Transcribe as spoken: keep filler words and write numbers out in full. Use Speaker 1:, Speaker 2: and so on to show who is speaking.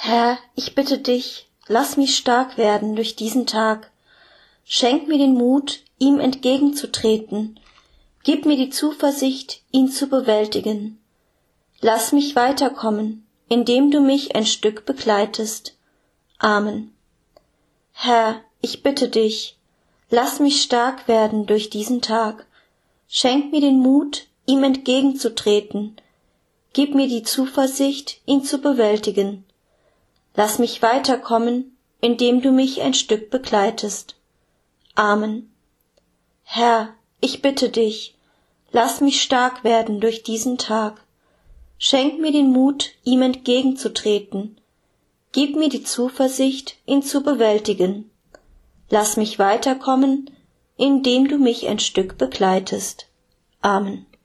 Speaker 1: Herr, ich bitte dich, lass mich stark werden durch diesen Tag. Schenk mir den Mut, ihm entgegenzutreten. Gib mir die Zuversicht, ihn zu bewältigen. Lass mich weiterkommen, indem du mich ein Stück begleitest. Amen. Herr, ich bitte dich, lass mich stark werden durch diesen Tag. Schenk mir den Mut, ihm entgegenzutreten. Gib mir die Zuversicht, ihn zu bewältigen. Lass mich weiterkommen, indem du mich ein Stück begleitest. Amen. Herr, ich bitte dich, lass mich stark werden durch diesen Tag. Schenk mir den Mut, ihm entgegenzutreten. Gib mir die Zuversicht, ihn zu bewältigen. Lass mich weiterkommen, indem du mich ein Stück begleitest. Amen.